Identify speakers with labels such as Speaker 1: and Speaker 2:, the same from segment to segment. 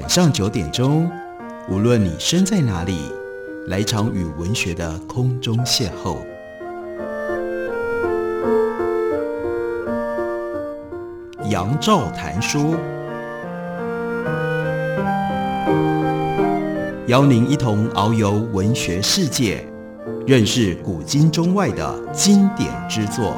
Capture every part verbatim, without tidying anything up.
Speaker 1: 晚上九点钟，无论你身在哪里，来一场与文学的空中邂逅。杨照谈书，邀您一同遨游文学世界，认识古今中外的经典之作。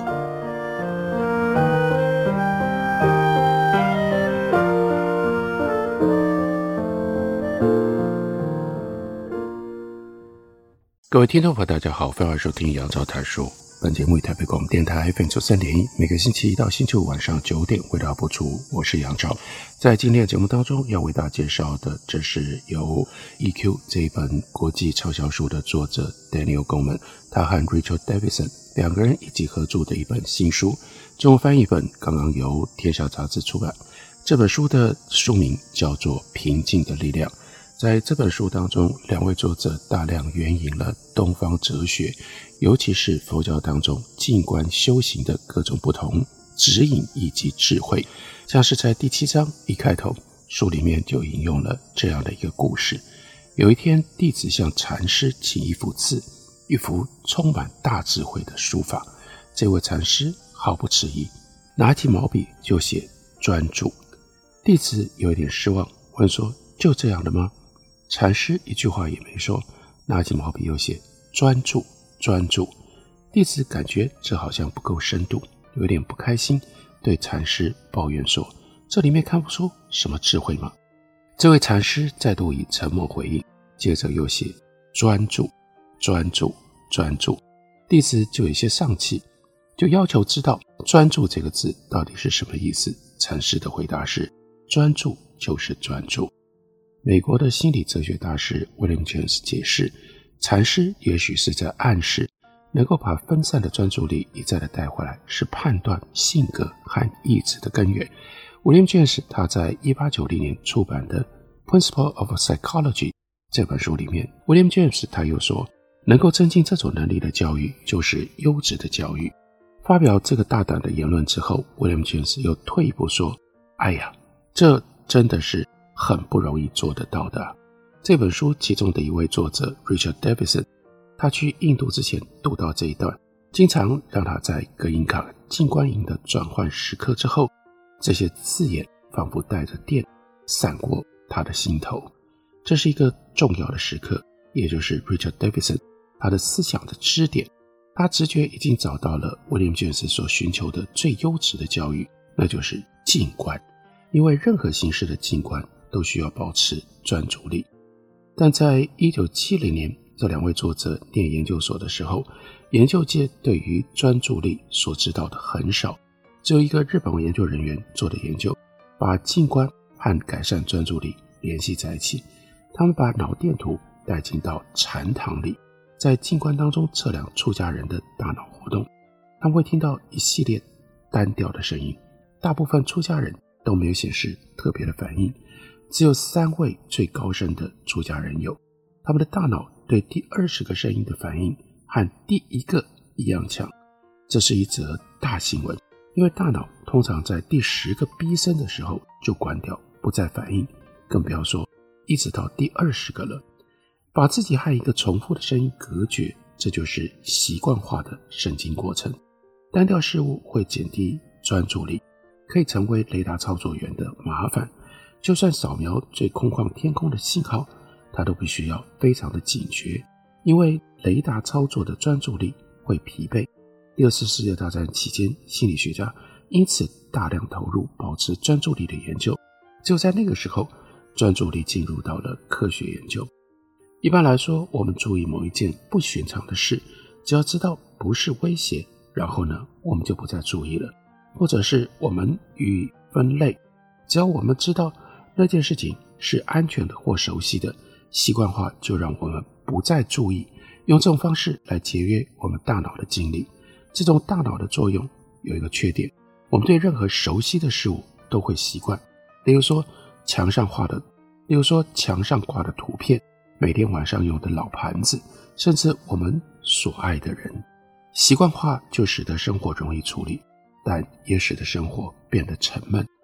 Speaker 2: 各位听众朋友大家好，欢迎收听杨照谈书。本节目以台北广播电台 F M 九十三点一，每个星期一到星期五晚上九点为大家播出。我是杨照。在今天的节目当中，要为大家介绍的，这是由 E Q 这一本国际畅销书的作者 Daniel Goleman， 他和 Richard Davidson 两个人一起合著的一本新书，中文翻译本刚刚由天下杂志出版。这本书的书名叫做《平静的力量》。在这本书当中，两位作者大量援引了东方哲学，尤其是佛教当中静观修行的各种不同指引以及智慧。像是在第七章一开头，书里面就引用了这样的一个故事。有一天，弟子向禅师请一幅字，一幅充满大智慧的书法。这位禅师毫不迟疑，拿起毛笔就写专注。弟子有一点失望，问说：就这样的吗？禅师一句话也没说，拿起毛笔又写专注专注。弟子感觉这好像不够深度，有点不开心，对禅师抱怨说：这里面看不出什么智慧吗？这位禅师再度以沉默回应，接着又写专注专注专注。弟子就有些丧气，就要求知道专注这个字到底是什么意思。禅师的回答是：专注就是专注。美国的心理哲学大师 William James 解释，禅师也许是在暗示，能够把分散的专注力一再的带回来，是判断性格和意志的根源。William James 他在一八九零年出版的 Principle of Psychology 这本书里面， William James 他又说，能够增进这种能力的教育就是优质的教育。发表这个大胆的言论之后， William James 又退一步说，哎呀，这真的是很不容易做得到的。这本书其中的一位作者 Richard Davidson， 他去印度之前读到这一段，经常让他在格印卡静观营的转换时刻之后，这些字眼仿佛带着电闪过他的心头。这是一个重要的时刻，也就是 Richard Davidson 他的思想的支点。他直觉已经找到了 William James 所寻求的最优质的教育，那就是静观。因为任何形式的静观都需要保持专注力。但在一九七零年，这两位作者念研究所的时候，研究界对于专注力所知道的很少。只有一个日本研究人员做的研究，把静观和改善专注力联系在一起。他们把脑电图带进到禅堂里，在静观当中测量出家人的大脑活动。他们会听到一系列单调的声音，大部分出家人都没有显示特别的反应，只有三位最高深的出家人有，他们的大脑对第二十个声音的反应和第一个一样强。这是一则大新闻，因为大脑通常在第十个逼声的时候就关掉，不再反应，更不要说一直到第二十个了。把自己和一个重复的声音隔绝，这就是习惯化的神经过程。单调事物会减低专注力，可以成为雷达操作员的麻烦。就算扫描最空旷天空的信号，他都必须要非常的警觉，因为雷达操作的专注力会疲惫。第二次世界大战期间，心理学家因此大量投入保持专注力的研究。只有在那个时候，专注力进入到了科学研究。一般来说，我们注意某一件不寻常的事，只要知道不是威胁，然后呢，我们就不再注意了。或者是我们予以分类，只要我们知道那件事情是安全的或熟悉的，习惯化就让我们不再注意，用这种方式来节约我们大脑的精力。这种大脑的作用有一个缺点，我们对任何熟悉的事物都会习惯。例如说墙上画的，例如说墙上挂的图片，每天晚上用的老盘子，甚至我们所爱的人。习惯化就使得生活容易处理，但也使得生活变得沉闷。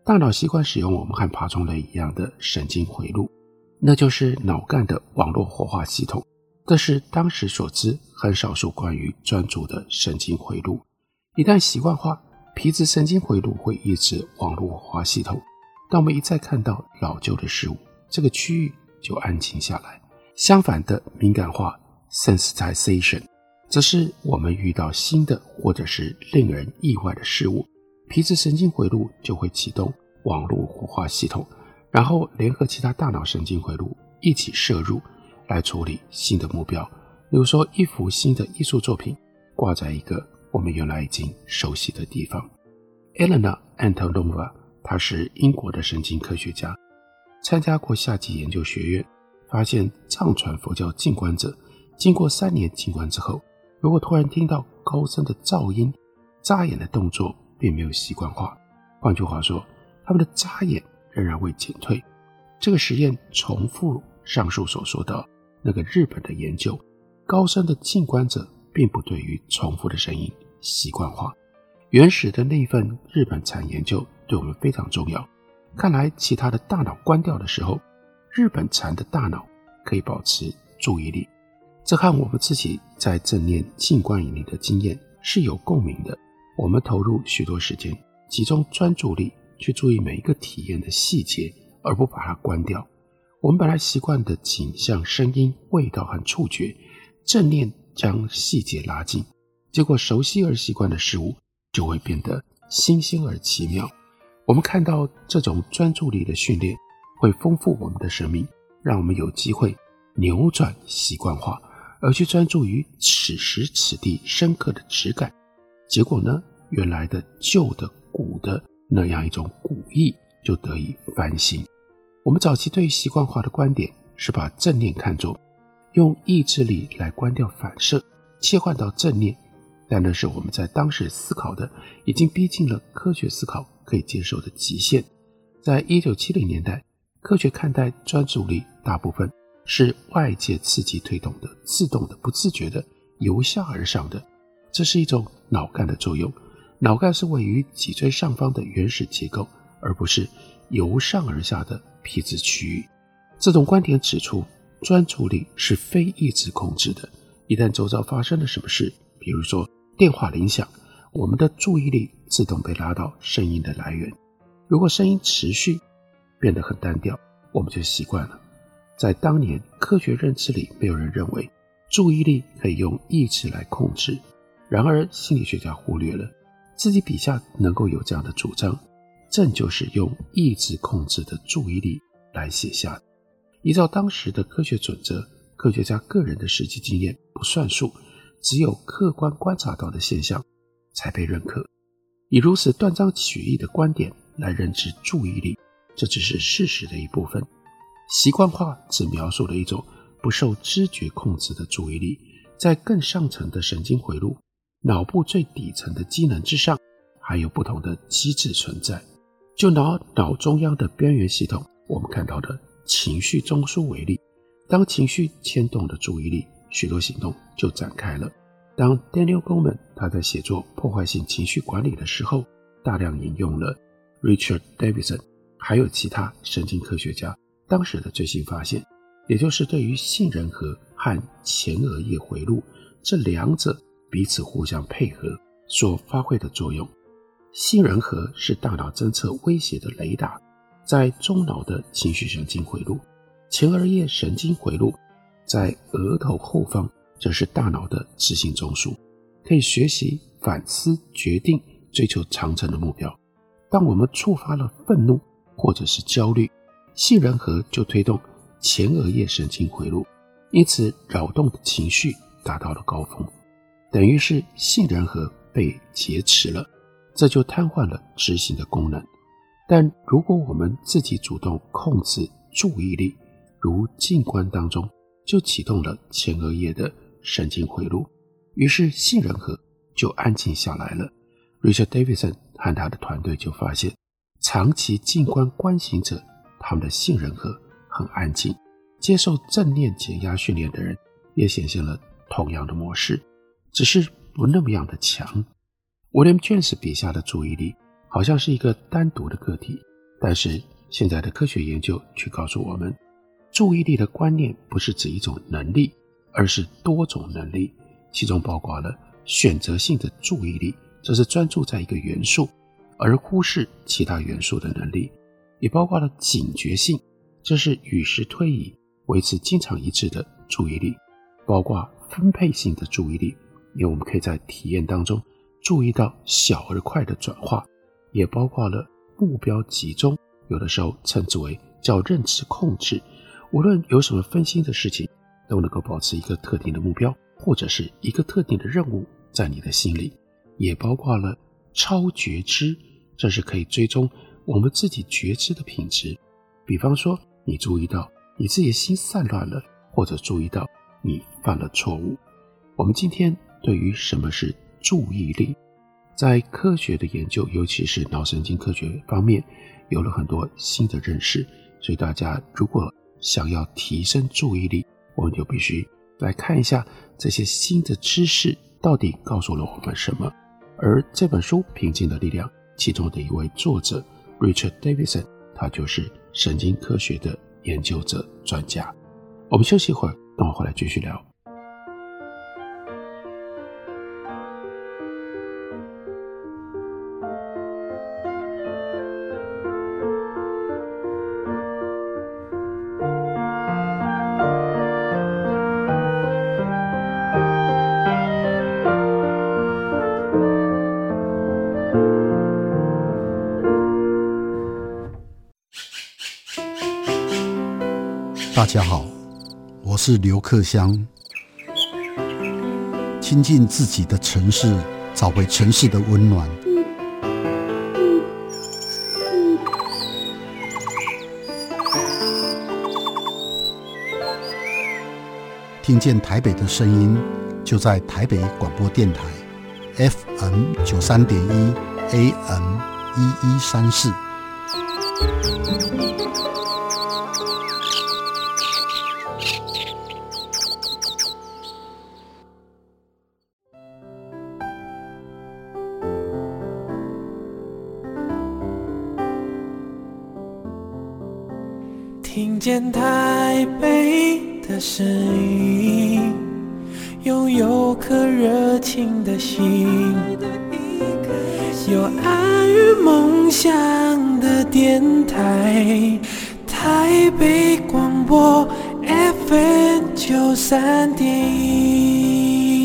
Speaker 2: 大脑习惯使用我们和爬虫类一样的神经回路，那就是脑干的网络活化系统。这是当时所知很少数关于专注的神经回路。一旦习惯化，皮质神经回路会抑制网络活化系统。当我们一再看到老旧的事物，这个区域就安静下来。相反的敏感化 sensitization， 则是我们遇到新的或者是令人意外的事物，皮质神经回路就会启动网络活化系统，然后联合其他大脑神经回路一起摄入来处理新的目标。例如说，一幅新的艺术作品挂在一个我们原来已经熟悉的地方。 Elena Antonova， 她是英国的神经科学家，参加过夏季研究学院，发现藏传佛教静观者经过三年静观之后，如果突然听到高声的噪音，眨眼的动作并没有习惯化。换句话说，他们的眨眼仍然未减退。这个实验重复上述所说的那个日本的研究，高声的静观者并不对于重复的声音习惯化。原始的那份日本禅研究对我们非常重要，看来其他的大脑关掉的时候，日本禅的大脑可以保持注意力。这和我们自己在正念静观引力的经验是有共鸣的。我们投入许多时间，集中专注力去注意每一个体验的细节，而不把它关掉。我们本来习惯的景象、声音、味道和触觉，正念将细节拉近，结果熟悉而习惯的事物就会变得新鲜而奇妙。我们看到这种专注力的训练会丰富我们的生命，让我们有机会扭转习惯化，而去专注于此时此地深刻的质感。结果呢，原来的旧的古的那样一种古意就得以翻新。我们早期对于习惯化的观点是把正念看作用意志力来关掉反射，切换到正念，但那是我们在当时思考的已经逼近了科学思考可以接受的极限。在一九七零年代，科学看待专注力大部分是外界刺激推动的，自动的、不自觉的、由下而上的。这是一种脑干的作用。脑干是位于脊椎上方的原始结构，而不是由上而下的皮质区域。这种观点指出，专注力是非意志控制的。一旦周遭发生了什么事，比如说电话铃响，我们的注意力自动被拉到声音的来源。如果声音持续变得很单调，我们就习惯了。在当年科学认知里，没有人认为注意力可以用意志来控制。然而心理学家忽略了自己笔下能够有这样的主张，正就是用意志控制的注意力来写下的。依照当时的科学准则，科学家个人的实际经验不算数，只有客观观察到的现象才被认可。以如此断章取义的观点来认知注意力，这只是事实的一部分。习惯化只描述了一种不受知觉控制的注意力，在更上层的神经回路，脑部最底层的机能之上，还有不同的机制存在。就拿脑中央的边缘系统，我们看到的情绪中枢为例，当情绪牵动了注意力，许多行动就展开了。当 Daniel Goleman 他在写作破坏性情绪管理的时候，大量引用了 Richard Davidson 还有其他神经科学家当时的最新发现，也就是对于杏仁核和前额叶回路这两者彼此互相配合所发挥的作用。杏仁核是大脑侦测威胁的雷达，在中脑的情绪神经回路，前额叶神经回路在额头后方，这是大脑的执行中枢，可以学习、反思、决定、追求长程的目标。当我们触发了愤怒或者是焦虑，杏仁核就推动前额叶神经回路，因此扰动的情绪达到了高峰，等于是杏仁核被劫持了，这就瘫痪了执行的功能。但如果我们自己主动控制注意力，如静观当中就启动了前额叶的神经回路，于是杏仁核就安静下来了。 Richard Davidson 和他的团队就发现，长期静观观行者他们的杏仁核很安静，接受正念减压训练的人也显现了同样的模式，只是不那么样的强。 William James 笔下的注意力好像是一个单独的个体， 但是现在的科学研究却告诉我们，注意力的观念不是指一种能力，而是多种能力，其中包括了选择性的注意力，这是专注在一个元素而忽视其他元素的能力，也包括了警觉性，这是与时推移维持经常一致的注意力，包括分配性的注意力，因为我们可以在体验当中注意到小而快的转化，也包括了目标集中，有的时候称之为叫认知控制，无论有什么分心的事情，都能够保持一个特定的目标，或者是一个特定的任务在你的心里，也包括了超觉知，这是可以追踪我们自己觉知的品质，比方说你注意到你自己的心散乱了，或者注意到你犯了错误。我们今天对于什么是注意力，在科学的研究，尤其是脑神经科学方面，有了很多新的认识，所以大家如果想要提升注意力，我们就必须来看一下这些新的知识到底告诉了我们什么。而这本书《平静的力量》其中的一位作者 Richard Davidson， 他就是神经科学的研究者专家。我们休息一会儿，等我回来继续聊。
Speaker 3: 大家好，我是刘克襄。亲近自己的城市，找回城市的温暖。听见台北的声音，就在台北广播电台 F M 九三点一 A M 一一三四。
Speaker 4: 听见台北的声音，拥有颗热情的心，有爱与梦想的电台，台北广播 F M 九三点一。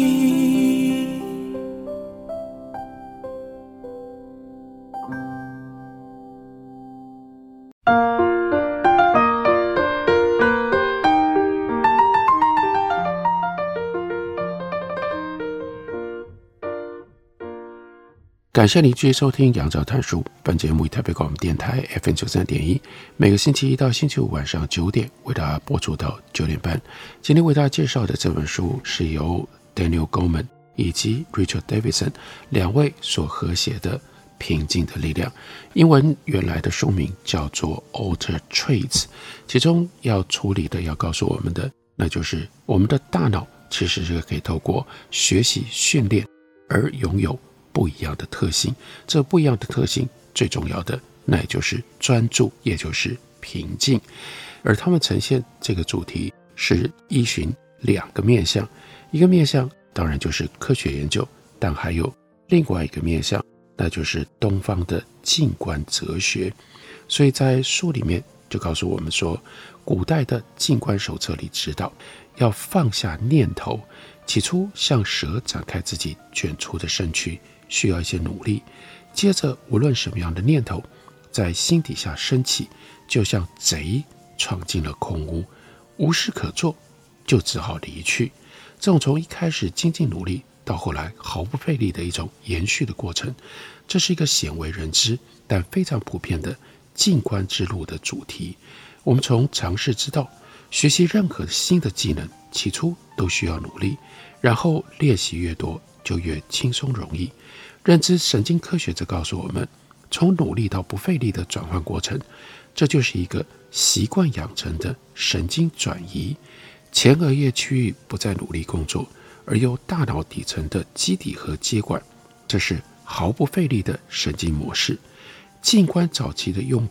Speaker 2: 感谢您继续收听杨照谈书，本节目以台北广播电台 F M 九三点一，每个星期一到星期五晚上九点为大家播出到九点半。今天为大家介绍的这本书是由 Daniel Goleman 以及 Richard Davidson 两位所合写的《平静的力量》，英文原来的书名叫做 Alter Traits， 其中要处理的要告诉我们的，那就是我们的大脑其实是可以透过学习训练而拥有不一样的特性，这不一样的特性最重要的那也就是专注，也就是平静。而他们呈现这个主题是依循两个面向，一个面向当然就是科学研究，但还有另外一个面向，那就是东方的静观哲学。所以在书里面就告诉我们说，古代的静观手册里知道要放下念头，起初向蛇展开自己卷出的身躯需要一些努力，接着无论什么样的念头在心底下升起，就像贼闯进了空屋，无事可做，就只好离去。这种从一开始精进努力到后来毫不费力的一种延续的过程，这是一个鲜为人知但非常普遍的静观之路的主题。我们从尝试知道，学习任何新的技能起初都需要努力，然后练习越多就越轻松容易。认知神经科学则告诉我们，从努力到不费力的转换过程，这就是一个习惯养成的神经转移。前额叶区域不再努力工作，而由大脑底层的基底核接管，这是毫不费力的神经模式。静观早期的用功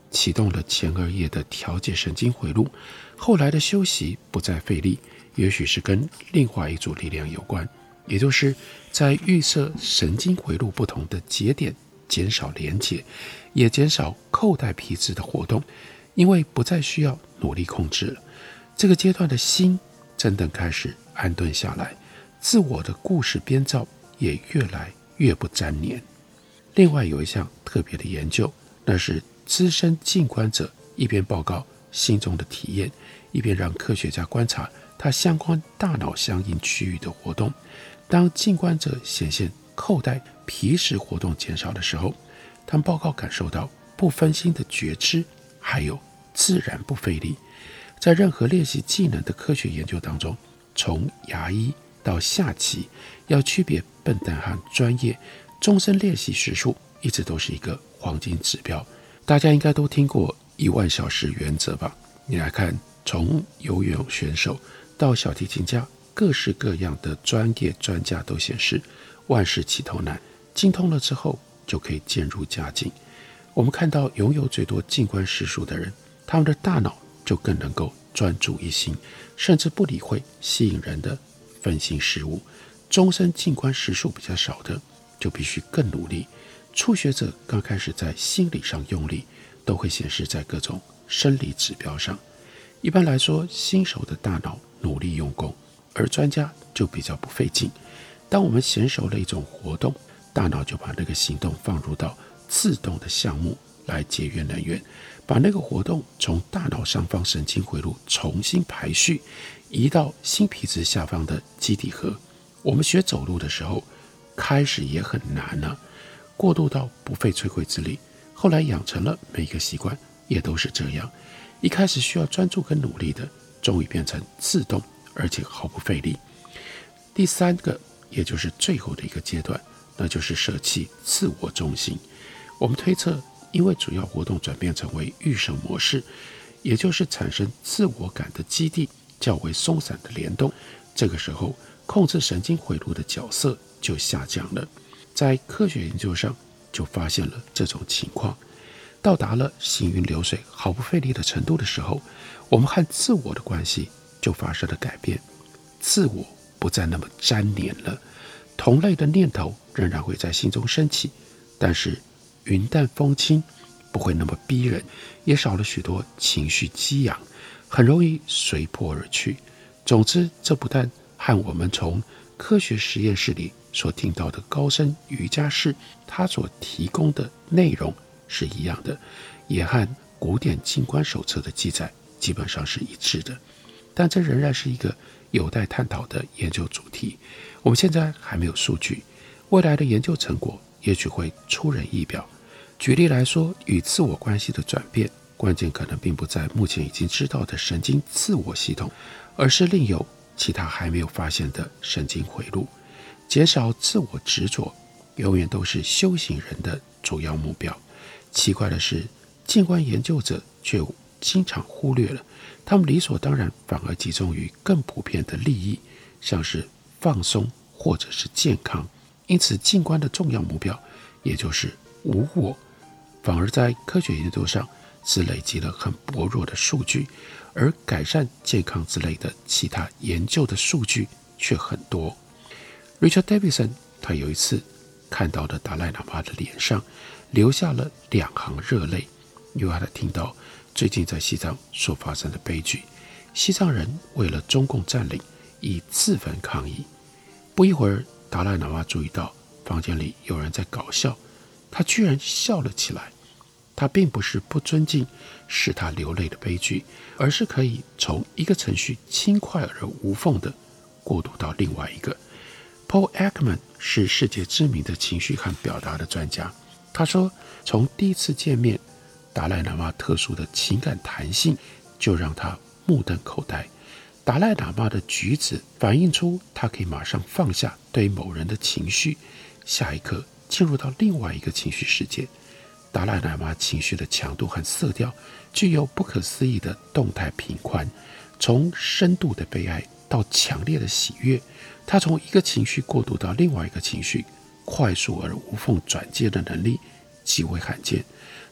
Speaker 2: 启动了前额叶的调节神经回路，后来的休息不再费力，也许是跟另外一组力量有关，也就是在预设神经回路不同的节点减少连结，也减少扣带皮质的活动，因为不再需要努力控制了。这个阶段的心真正开始安顿下来，自我的故事编造也越来越不沾黏。另外有一项特别的研究，那是资深静观者一边报告心中的体验，一边让科学家观察它相关大脑相应区域的活动。当静观者显现扣带皮质活动减少的时候，他们报告感受到不分心的觉知，还有自然不费力。在任何练习技能的科学研究当中，从牙医到下棋，要区别笨蛋和专业，终身练习时数一直都是一个黄金指标。大家应该都听过一万小时原则吧？你来看，从游泳选手到小提琴家，各式各样的专业专家都显示，万事起头难，精通了之后就可以渐入佳境。我们看到拥有最多静观时数的人，他们的大脑就更能够专注一心，甚至不理会吸引人的分心事物。终身静观时数比较少的，就必须更努力。初学者刚开始在心理上用力，都会显示在各种生理指标上。一般来说，新手的大脑努力用功，而专家就比较不费劲。当我们娴熟了一种活动，大脑就把那个行动放入到自动的项目来节约能源，把那个活动从大脑上方神经回路重新排序，移到新皮质下方的基底核。我们学走路的时候，开始也很难啊，过渡到不费吹灰之力，后来养成了每一个习惯也都是这样。一开始需要专注跟努力的，终于变成自动，而且毫不费力。第三个，也就是最后的一个阶段，那就是舍弃自我中心。我们推测，因为主要活动转变成为预设模式，也就是产生自我感的基地较为松散的联动，这个时候控制神经回路的角色就下降了。在科学研究上就发现了这种情况，到达了行云流水毫不费力的程度的时候，我们和自我的关系就发生了改变，自我不再那么沾黏了，同类的念头仍然会在心中升起，但是云淡风轻，不会那么逼人，也少了许多情绪激昂，很容易随波而去。总之，这不但和我们从科学实验室里所听到的高深瑜伽士他所提供的内容是一样的，也和古典静观手册的记载基本上是一致的。但这仍然是一个有待探讨的研究主题，我们现在还没有数据，未来的研究成果也许会出人意表。举例来说，与自我关系的转变，关键可能并不在目前已经知道的神经自我系统，而是另有其他还没有发现的神经回路。减少自我执着永远都是修行人的主要目标。奇怪的是，静观研究者却经常忽略了，他们理所当然反而集中于更普遍的利益，像是放松或者是健康。因此静观的重要目标也就是无我，反而在科学研究上是累积了很薄弱的数据，而改善健康之类的其他研究的数据却很多。Richard Davidson 他有一次看到的达赖喇嘛的脸上流下了两行热泪，因为他听到最近在西藏所发生的悲剧，西藏人为了中共占领以自焚抗议。不一会儿，达赖喇嘛注意到房间里有人在搞笑，他居然笑了起来。他并不是不尊敬使他流泪的悲剧，而是可以从一个程序轻快而无缝的过渡到另外一个。Paul Ekman 是世界知名的情绪和表达的专家，他说，从第一次见面，达赖喇嘛特殊的情感弹性就让他目瞪口呆。达赖喇嘛的举止反映出他可以马上放下对某人的情绪，下一刻进入到另外一个情绪世界。达赖喇嘛情绪的强度和色调具有不可思议的动态频宽，从深度的悲哀到强烈的喜悦，他从一个情绪过渡到另外一个情绪，快速而无缝转接的能力极为罕见。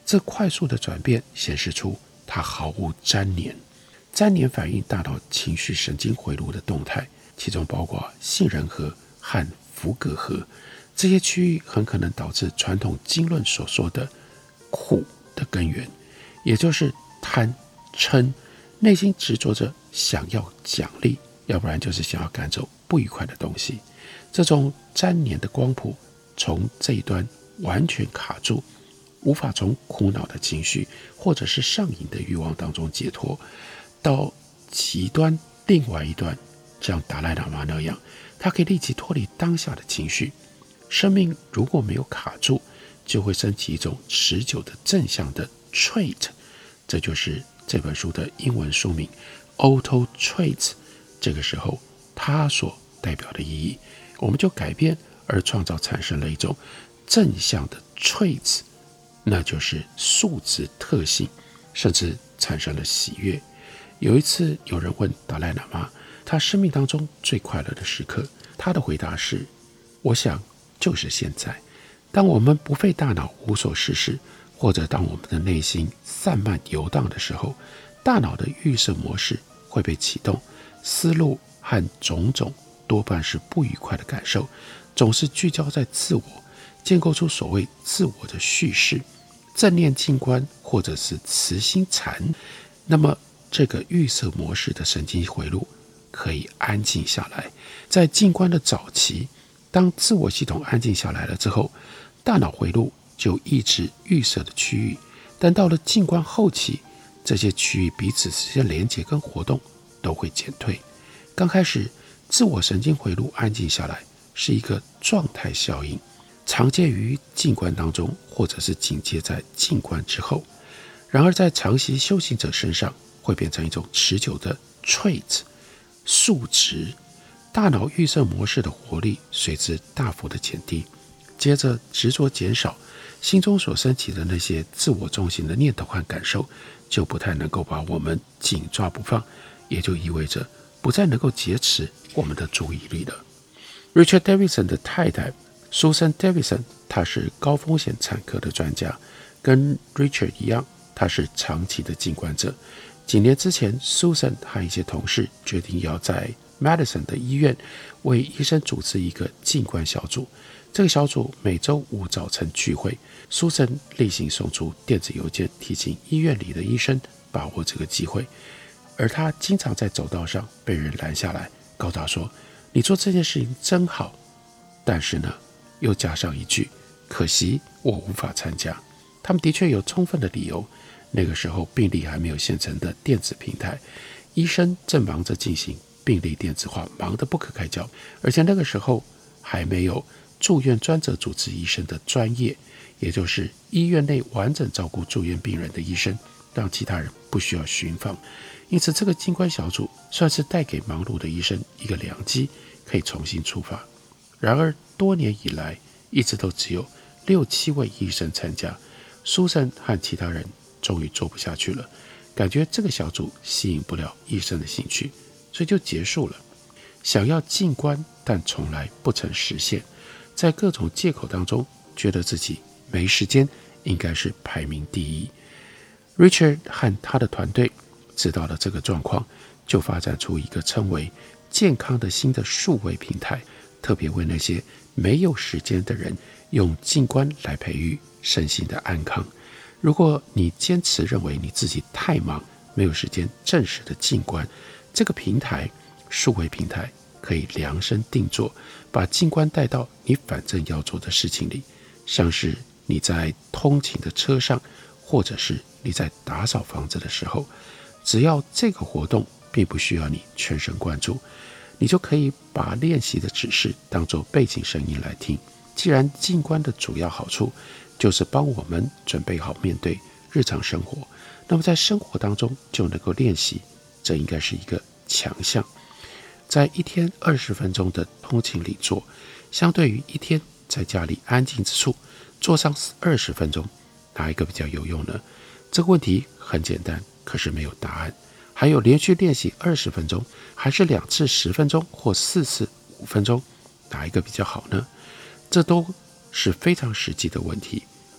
Speaker 2: 这快速的转变显示出它毫无粘连。粘连反映大脑情绪神经回路的动态，其中包括杏仁核和伏隔核。这些区域很可能导致传统经论所说的苦的根源，也就是贪嗔，内心执着着想要奖励，要不然就是想要赶走不愉快的东西。这种粘连的光谱从这一端完全卡住，无法从苦恼的情绪或者是上瘾的欲望当中解脱，到极端另外一端，像达赖喇嘛那样，他可以立即脱离当下的情绪。生命如果没有卡住，就会升起一种持久的正向的 trait， 这就是这本书的英文书名 Auto Traits。 这个时候它所代表的意义，我们就改变而创造产生了一种正向的 traits， 那就是素质特性，甚至产生了喜悦。有一次有人问达赖喇嘛他生命当中最快乐的时刻，他的回答是，我想就是现在。当我们不费大脑无所事事，或者当我们的内心散漫游荡的时候，大脑的预设模式会被启动，思路和种种多半是不愉快的感受，总是聚焦在自我，建构出所谓自我的叙事，正念静观或者是慈心禅。那么这个预设模式的神经回路可以安静下来。在静观的早期，当自我系统安静下来了之后，大脑回路就抑制预设的区域，但到了静观后期，这些区域彼此之间连结跟活动都会减退。刚开始自我神经回路安静下来是一个状态效应，常见于静观当中，或者是紧接在静观之后。然而在长期修行者身上会变成一种持久的 trait 数值，大脑预设模式的活力随之大幅的减低，接着执着减少，心中所升起的那些自我中心的念头和感受就不太能够把我们紧抓不放，也就意味着不再能够劫持我们的注意力了。 Richard Davidson 的太太 Susan Davidson， 她是高风险产科的专家，跟 Richard 一样，她是长期的静观者。几年之前 Susan 和一些同事决定要在 Madison 的医院为医生组织一个静观小组。这个小组每周五早晨聚会， Susan 例行送出电子邮件提醒医院里的医生把握这个机会，而他经常在走道上被人拦下来，告他说，你做这件事情真好，但是呢又加上一句，可惜我无法参加。他们的确有充分的理由，那个时候病历还没有现成的电子平台，医生正忙着进行病历电子化，忙得不可开交，而且那个时候还没有住院专责主治医生的专业，也就是医院内完整照顾住院病人的医生，让其他人不需要寻访。因此这个静观小组算是带给忙碌的医生一个良机，可以重新出发。然而多年以来一直都只有六七位医生参加，苏珊和其他人终于做不下去了，感觉这个小组吸引不了医生的兴趣，所以就结束了。想要静观，但从来不曾实现，在各种借口当中觉得自己没时间，应该是排名第一。 Richard 和他的团队知道了这个状况，就发展出一个称为健康的新的数位平台，特别为那些没有时间的人用静观来培育身心的安康。如果你坚持认为你自己太忙，没有时间正式的静观，这个平台数位平台可以量身定做，把静观带到你反正要做的事情里，像是你在通勤的车上，或者是你在打扫房子的时候，只要这个活动并不需要你全神贯注，你就可以把练习的指示当作背景声音来听。既然静观的主要好处就是帮我们准备好面对日常生活，那么在生活当中就能够练习，这应该是一个强项。在一天二十分钟的通勤里做，相对于一天在家里安静之处做上二十分钟，哪一个比较有用呢？这个问题很简单，可是没有答案。还有连续练习二十分钟，还是两次十分钟或四次五分钟，哪一个比较好呢？这都是非常实际的问题。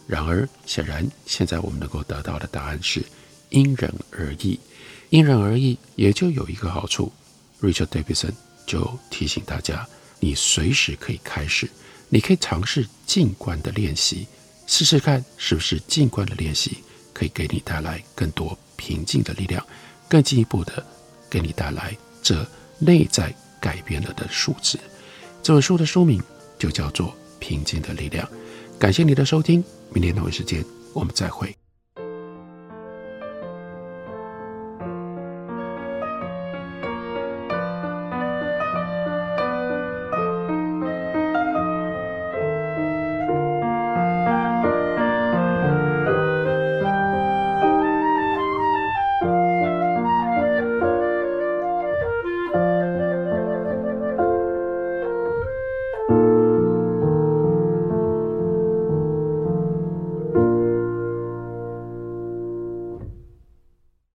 Speaker 2: 然而显然现在我们能够得到的答案是因人而异。因人而异也就有一个好处， Richard Davidson 就提醒大家，你随时可以开始，你可以尝试静观的练习，试试看是不是静观的练习可以给你带来更多平静的力量，更进一步的给你带来这内在改变了的数值。这本书的书名就叫做《平静的力量》。感谢你的收听，明天同一时间我们再会。